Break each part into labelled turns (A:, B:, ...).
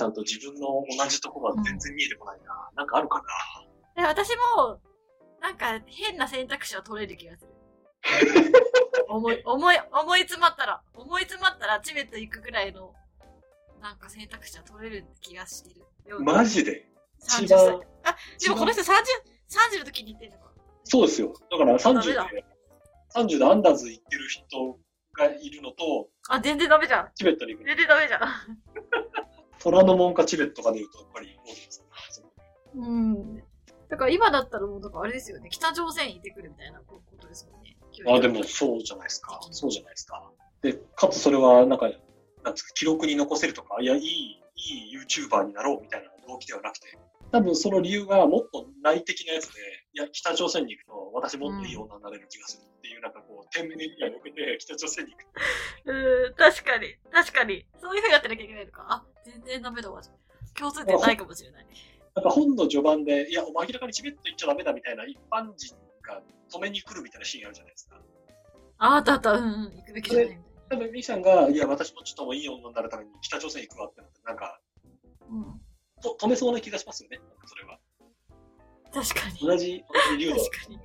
A: さんと自分の同じところは全然見えてこないな。なんかあるかな。
B: 私も、なんか変な選択肢を取れる気がする。思い詰まったら、チベット行くぐらいの、なんか選択肢は取れる気がしてる。
A: マジで
B: 30歳。あ、でもこの人30の時に言ってるのか。
A: そうですよ。だから30でアンダーズ行ってる人がいるのと、
B: あ、全然ダメじゃん。
A: チベットに行く。
B: 全然ダメじゃん。
A: 虎ノ門かチベットかで言うと、やっぱり多いですね。
B: だから今だったらもう、だからあれですよね。北朝鮮行ってくるみたいなことですもんね。
A: あ、でもそうじゃないですか。そうじゃないですか。で、かつそれは、なんですか、記録に残せるとか、いや、いい YouTuber になろうみたいな動機ではなくて、多分その理由がもっと内的なやつで、いや、北朝鮮に行くと私もっといい女になれる気がするっていう、なんかこう、天然に向けて北朝鮮に行く。
B: 確かに。そういう風にやってなきゃいけないのか。あ、全然ダメだわ。共通点ないかもしれない。
A: なんか本の序盤で、いや、お前明らかにチベット行っちゃダメだみたいな一般人が止めに来るみたいなシーンあるじゃないですか。
B: あった、行くべきじゃないみたいな。
A: 多分、ミキさんが、いや、私もちょっともいい女になるために北朝鮮行くわってなって、なんか、止めそうな気がしますよね、それは。
B: 確かに。
A: 同じ理由だ。
B: 確かに。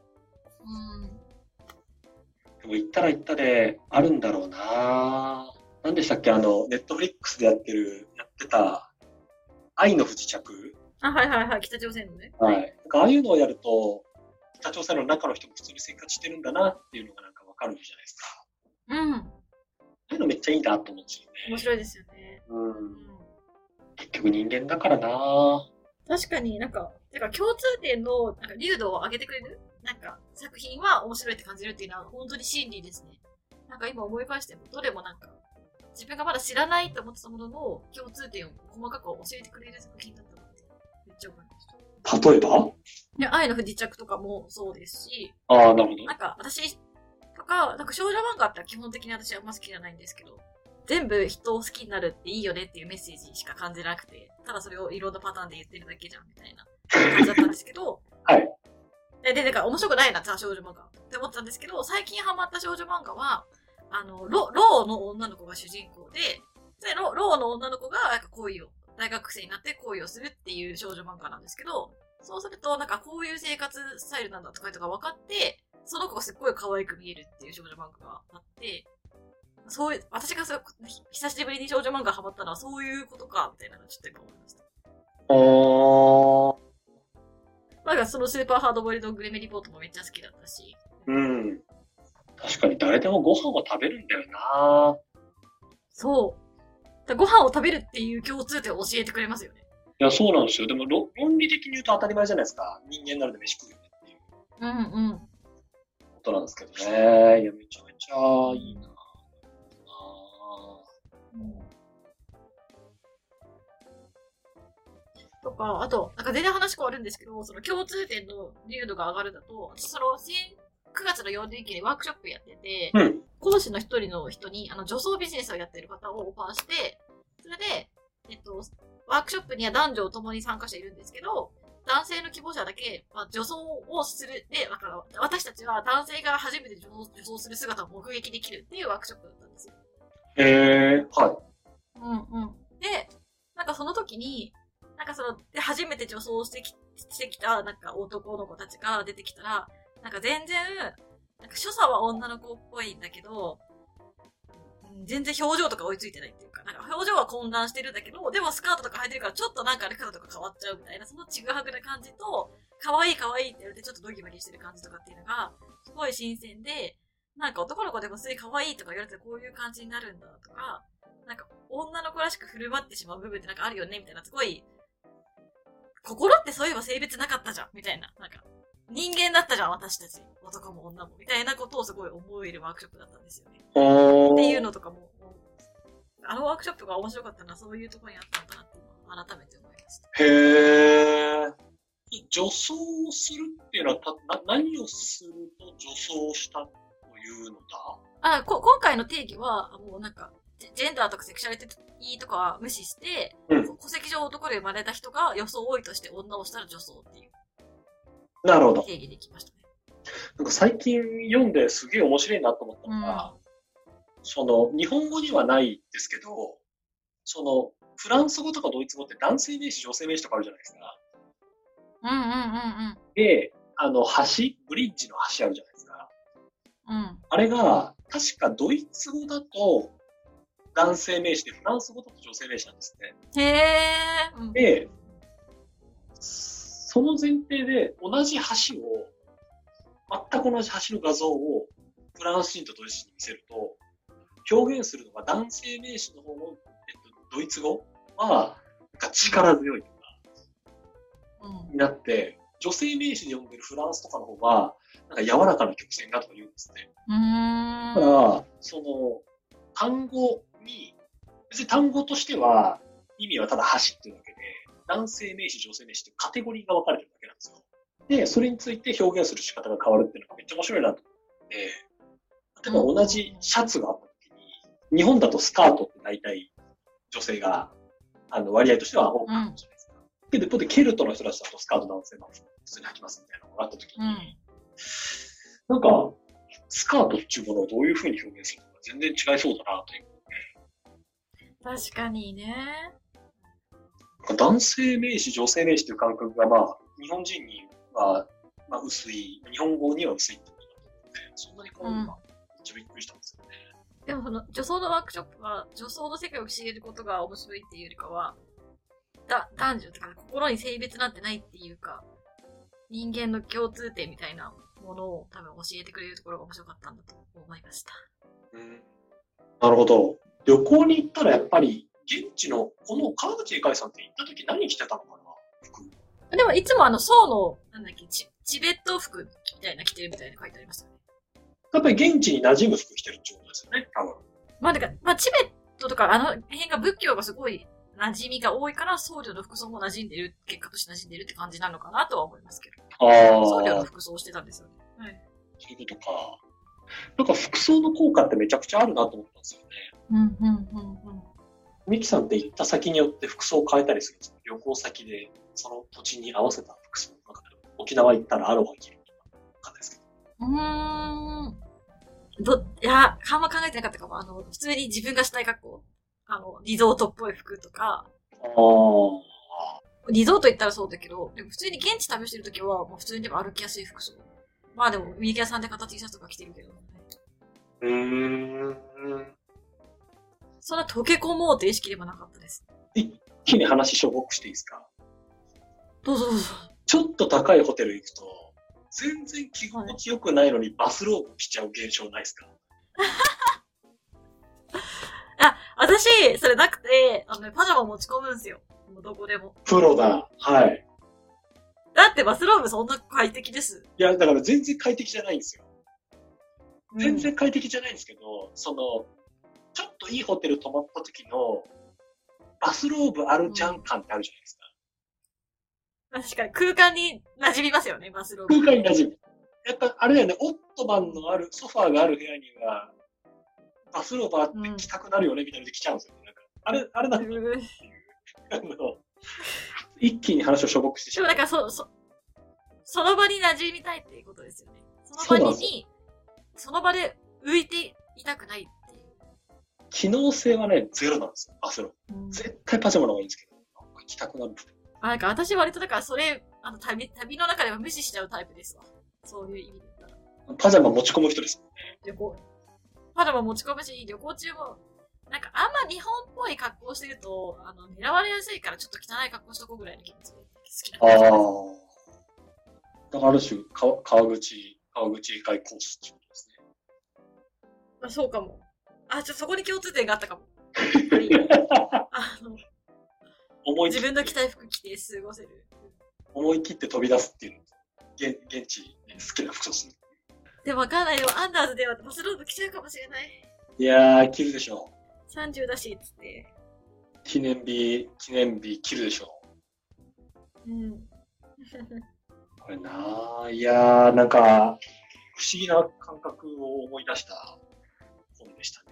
A: でも行ったであるんだろうな。何でしたっけ、ネットフリックスでやってた、愛の不時着。
B: あ、はい、北朝鮮のね。
A: はい。なんかああいうのをやると、北朝鮮の中の人も普通に生活してるんだなっていうのがなんかわかるじゃないですか。そういうのめっちゃいいなと思うんですよね。
B: 面白いですよね。
A: 結局人間だからな。
B: 確かになんか共通点のなんか流度を上げてくれるなんか作品は面白いって感じるっていうのは本当に真理ですね。なんか今思い返してもどれもなんか自分がまだ知らないと思ってたものの共通点を細かく教えてくれる作品だったなってめっちゃ思いました。
A: 例えば？
B: いや、愛の不時着とかもそうですし。
A: ああ、なるほど。
B: なんか私とか、なんか少女漫画って基本的に私はあんま好きじゃないんですけど、全部人を好きになるっていいよねっていうメッセージしか感じなくて、ただそれをいろんなパターンで言ってるだけじゃんみたいな感じだったんですけど、
A: はい。
B: で、なんか面白くないな、少女漫画って思ったんですけど、最近ハマった少女漫画は、ローの女の子が主人公で、ローの女の子がなんか恋を、大学生になって恋をするっていう少女漫画なんですけど、そうすると、なんかこういう生活スタイルなんだとか分かって、その子がすっごい可愛く見えるっていう少女漫画があって、そういう、私が久しぶりに少女漫画ハマったのはそういうことか、みたいなのをちょっと今思いました。なんかそのスーパーハードボイルドグレメリポートもめっちゃ好きだったし。
A: 確かに誰でもご飯を食べるんだよな。
B: そう。ご飯を食べるっていう共通点を教えてくれますよね。
A: いや、そうなんですよ。でも論理的に言うと当たり前じゃないですか。人間になるで飯食うよねっていう。ことなんですけどね。いや、めちゃめちゃいいな。
B: とか、あと、なんか全然話変わるんですけど、その共通点の流度が上がるだと、私9月の4連休でワークショップやってて、講師の一人の人に、女装ビジネスをやってる方をオファーして、それで、ワークショップには男女共に参加者いるんですけど、男性の希望者だけ、女装をする。で、私たちは男性が初めて女装する姿を目撃できるっていうワークショップだったんですよ。
A: はい。
B: で、なんかその時に、なんかで初めて女装してきた、なんか男の子たちが出てきたら、なんか全然、なんか所作は女の子っぽいんだけど、全然表情とか追いついてないっていうか、なんか表情は混乱してるんだけど、でもスカートとか履いてるからちょっとなんか歩き方とか変わっちゃうみたいな、そのちぐはぐな感じと、可愛い可愛いって言われてちょっとドギマギしてる感じとかっていうのが、すごい新鮮で、なんか男の子でもすごい可愛いとか言われてこういう感じになるんだとか、なんか女の子らしく振る舞ってしまう部分ってなんかあるよねみたいな、すごい、心ってそういえば性別なかったじゃんみたいな、なんか、人間だったじゃん私たち。男も女も。みたいなことをすごい思えるワークショップだったんですよね。っていうのとかも、あのワークショップが面白かったのはそういうところにあったのかなって改めて思いました。
A: へー。女装するっていうのは何をすると女装したというのだ？
B: 今回の定義は、もうなんか、ジェンダーとかセクシャリティとかは無視して、戸籍上男で生まれた人が装いとして女をしたら女装っていう。
A: なるほど。
B: 定義できましたね。
A: なんか最近読んですげえ面白いなと思ったのが、日本語にはないですけど、 フランス語とかドイツ語って男性名詞、女性名詞とかあるじゃないですか。
B: うんうんうんうん。
A: で、ブリッジの橋あるじゃないですか。
B: うん。
A: あれが、確かドイツ語だと男性名詞で、フランス語だと女性名詞なんですね。
B: へー。うん、
A: で、その前提で同じ橋を、全く同じ橋の画像をフランス人とドイツ人に見せると、表現するのが男性名詞の方の、ドイツ語は、なんか力強いとか、になって、女性名詞で呼んでるフランスとかの方が、なんか柔らかな曲線がとか言うんですね。だから、単語に、別に単語としては、意味はただ橋っていうだけで、男性名詞、女性名詞ってカテゴリーが分かれてるだけなんですよ。で、それについて表現する仕方が変わるっていうのがめっちゃ面白いなと思って、例えば同じシャツがあった時に、日本だとスカートって大体女性が、割合としては多くなるじゃないですか。で、一方でケルトの人たちだとスカート男性が普通に履きますみたいなのがあった時に、なんか、スカートっていうものをどういう風に表現するのか全然違いそうだなという。
B: 確かにね。
A: 男性名詞、女性名詞という感覚が、まあ、日本人には、まあ、薄い、日本語には薄いってことだと思うので、そんなに変わるのが、めっちゃびっくりしたんですよね。
B: でも女装のワークショップは、女装の世界を知れることが面白いっていうよりかは、男女とか心に性別なんてないっていうか、人間の共通点みたいなものを多分教えてくれるところが面白かったんだと思いました。
A: なるほど。旅行に行ったらやっぱり、現地の、この川口英会さんって行った時何着てたのかな、服。
B: でもいつも宋の、なんだっけ、チベット服みたいな着てるみたいな書いてありましたね。
A: やっぱり現地に馴染む服着てるってことですよね、多分。
B: チベットとかあの辺が仏教がすごい馴染みが多いから、僧侶の服装も馴染んでる、結果として馴染んでるって感じなのかなとは思いますけど。僧侶の服装をしてたんですよね。はい。
A: そういうことか。なんか服装の効果ってめちゃくちゃあるなと思ったんですよね。ミキさんって行った先によって服装を変えたりするんですか？旅行先でその土地に合わせた服装。なんか沖縄行ったらアロハ着るとか、わかんないですけ
B: ど。いや、あんま考えてなかったかも。普通に自分がしたい格好。リゾートっぽい服とか。リゾート行ったらそうだけど、でも普通に現地旅してるときは、もう普通にでも歩きやすい服装。まあでも、ウィギュアさんで買った T シャツとか着てるけど。そんな溶け込もうって意識でもなかったです。
A: 一気に話しょぼくしていいですか？
B: どうぞどうぞ。
A: ちょっと高いホテル行くと、全然着心地良くないのにバスローブ着ちゃう現象ないですか？
B: 私、それなくて、パジャマ持ち込むんですよ。もうどこでも。
A: プロだ。はい。
B: だってバスローブそんな快適です。
A: いや、だから全然快適じゃないんですよ。全然快適じゃないんですけど、ちょっといいホテル泊まった時の、バスローブあるじゃん感ってあるじゃないです
B: か。確かに空間に馴染みますよね、バスローブ。
A: 空間に馴染む。やっぱあれだよね、オットマンのある、ソファーがある部屋には、バスローブあって着たくなるよね、みたいなので着ちゃうんですよね。なんかあれなんだっていう。一気に話をしょぼくしてしまう。
B: でもなんかその場に馴染みたいっていうことですよね。その場で浮いていたくないっていう。
A: 機能性はね、ゼロなんですよ、バスローブ。絶対パジャマの方がいいんですけど、なんか着たくなる。
B: なんか私割とだからそれ、旅の中では無視しちゃうタイプですわ。そういう意味で言ったら。
A: パジャマ持ち込む人ですもんね。
B: パジャマ持ち込むし、旅行中も、なんかあんま日本っぽい格好してると、狙われやすいからちょっと汚い格好しとこうぐらいの気持ちで好きな感じです。
A: だからある種、川口英会コースっていうことですね。
B: そうかも。そこに共通点があったかも。自分の着たい服着て過ごせる。
A: 思い切って飛び出すっていうの。現地で好きな服装する。
B: でもわかんない。でもアンダーズではバスローブ着ちゃうかもしれない。
A: いやー、着るでしょ
B: う。30だし、つって。
A: 記念日着るでしょう。これなー、いやー、なんか、不思議な感覚を思い出した本でしたね。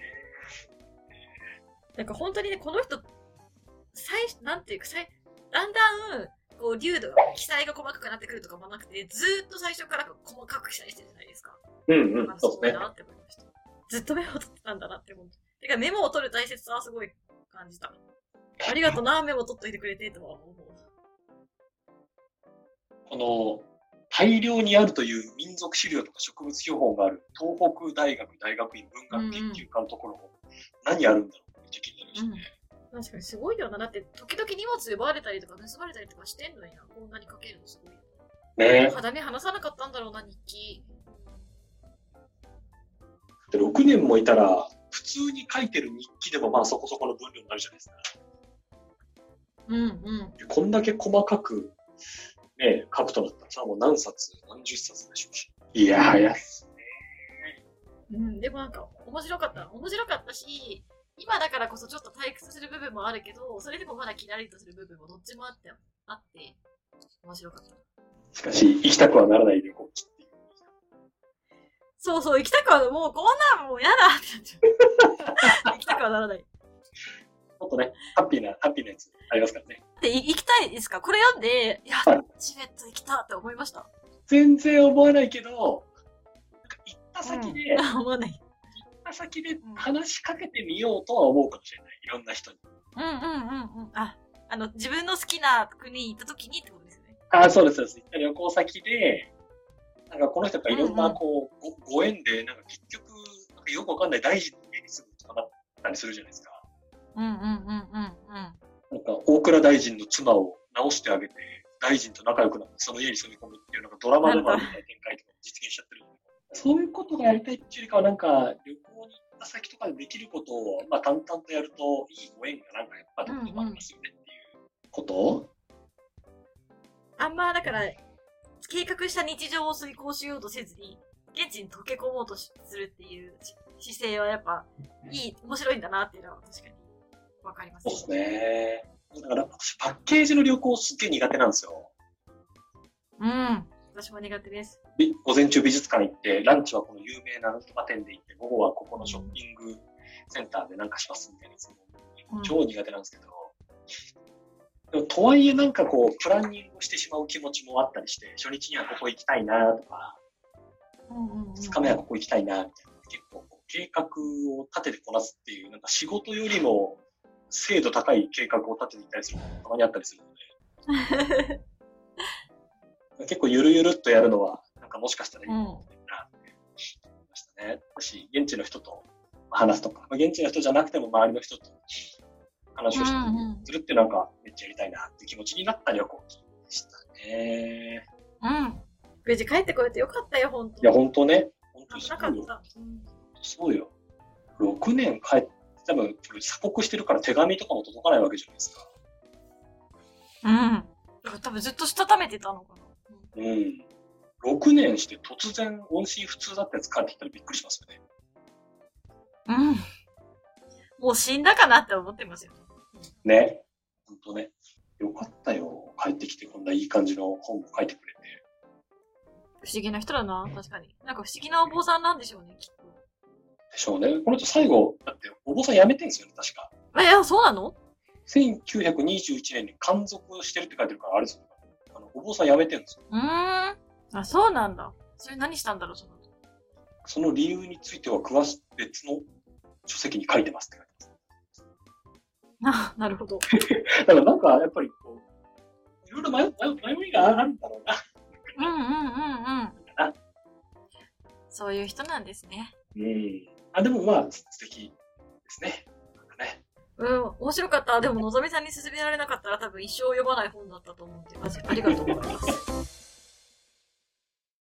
B: なんか本当にね、この人、なんていうか、だんだん、こう、流度、記載が細かくなってくるとかもなくて、ずーっと最初から細かく記載してるじゃないですか。
A: そうですね。
B: なって思いました。ずっとメモを取ってたんだなって思って。 てかメモを取る大切さはすごい感じた。ありがとな、メモ取っといてくれて、とは思う。
A: この、大量にあるという民族資料とか植物標本がある東北大学大学院文学研究科のところも何あるんだろうって気になりましたね。
B: 確かにすごいよな。だって時々荷物奪われたりとか盗まれたりとかしてんのにな。こんなに書けるのすごい。
A: ね。
B: 肌身離さなかったんだろうな、日記。
A: で6年もいたら普通に書いてる日記でもまあそこそこの分量になるじゃないですか。
B: うんうん。
A: こんだけ細かくね、書くとなったらさ、もう何冊、何十冊でしょうし。いやー、やっすね。
B: うん、でもなんか、面白かった。面白かったし、今だからこそちょっと退屈する部分もあるけど、それでもまだキラリとする部分もどっちもあって、面白かった。
A: しかし、行きたくはならない旅行地っていう。
B: そうそう、行きたくは、もうこんなんもうやだってなっちゃう。行きたくはならない。
A: もっとね、ハッピーなやつありますからね。
B: で、行きたいですか？これ読んで、いや、
A: はい、
B: チベット行きたって思いました。
A: 全然思わないけど、なんか行った先で、
B: 思わない。
A: 行った先で話しかけてみようとは思うかもしれない。いろんな人に。
B: 自分の好きな国に行った時にってことですよね。
A: そうです、そうです。行った旅行先で、なんかこの人がいろんなこう、ご縁で、なんか結局、なんかよくわかんない大臣の家に住むとかなったりするじゃないですか。なんか大蔵大臣の妻を直してあげて、大臣と仲良くなってその家に住み込むっていうなんかドラマでもあるみたいな展開とか実現しちゃってる。そういうことがやりたいっていうよりかはなんか旅行に行った先とかでできることをまあ淡々とやるといいご縁がなんかやっぱどこでもありますよねっていうこと、
B: あんまだから計画した日常を遂行しようとせずに現地に溶け込もうとするっていう姿勢はやっぱ面白いんだなっていうのは確かにわかります。
A: そうですね。だからパッケージの旅行すっげえ苦手なんですよ。
B: うん。私も苦手です。
A: 午前中美術館行って、ランチはこの有名ななんとか店で行って、午後はここのショッピングセンターでなんかしますみたいなやつも超苦手なんですけど、でもとはいえなんかこう、プランニングをしてしまう気持ちもあったりして、初日にはここ行きたいなとか、2日目はここ行きたいなみたいな、結構計画を立ててこなすっていう、なんか仕事よりも精度高い計画を立てていったりすることもたまにあったりするので、結構ゆるゆるっとやるのは、なんかもしかしたらいいなって思いましたね。私、現地の人と話すとか、現地の人じゃなくても周りの人と話をするってなんかめっちゃやりたいなって気持ちになった旅行でしたね。
B: うん。無事帰ってこれてよかったよ、本当。
A: いや、本当ね。本当に
B: そうよ。
A: そうよ。6年帰って、多分、鎖国してるから手紙とかも届かないわけじゃないですか。
B: うん。多分ずっとしたためてたのかな。
A: うん。6年して突然音信不通だったやつ帰ってきたらびっくりしますよね。
B: うん。もう死んだかなって思ってますよ
A: ね。ね。ほんとね。よかったよ。帰ってきてこんないい感じの本も書いてくれて。
B: 不思議な人だな、確かに。なんか不思議なお坊さんなんでしょうね、きっと。
A: でしょうね。この人最後、だってお坊さん辞めてんすよね、確か。
B: そうなの？
A: 1921年に還俗してるって書いてるからあれですよ。お坊さん辞めてるんですよ。
B: あ、そうなんだ。それ何したんだろう、
A: その理由については別の書籍に書いてますって書いて
B: ます。なるほど。
A: だからなんか、やっぱりこう、いろいろ迷いがあるんだろうな。
B: そういう人なんですね。
A: でもまあ、素敵ですね。なんかね。
B: 面白かった。でも、のぞみさんに勧められなかったら多分一生読まない本だったと思って、ありがとうございます。